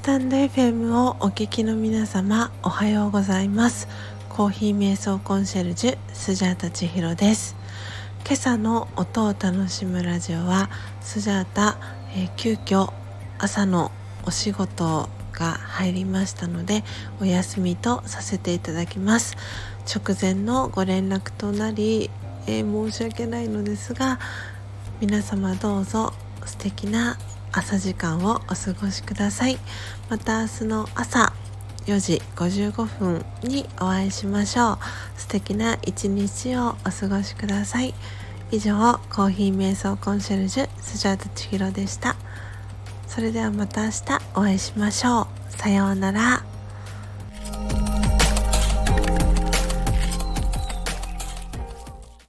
タンド FM をお聞きの皆様、おはようございます。コーヒー瞑想コンシェルジュスジャータ千尋です。今朝の音を楽しむラジオはスジャータ、急遽朝のお仕事が入りましたのでお休みとさせていただきます。直前のご連絡となり、申し訳ないのですが、皆様どうぞ素敵な朝時間をお過ごしください。また明日の朝4時55分にお会いしましょう。素敵な一日をお過ごしください。以上、コーヒー瞑想コンシェルジュスジャータ千尋でした。それではまた明日お会いしましょう。さようなら。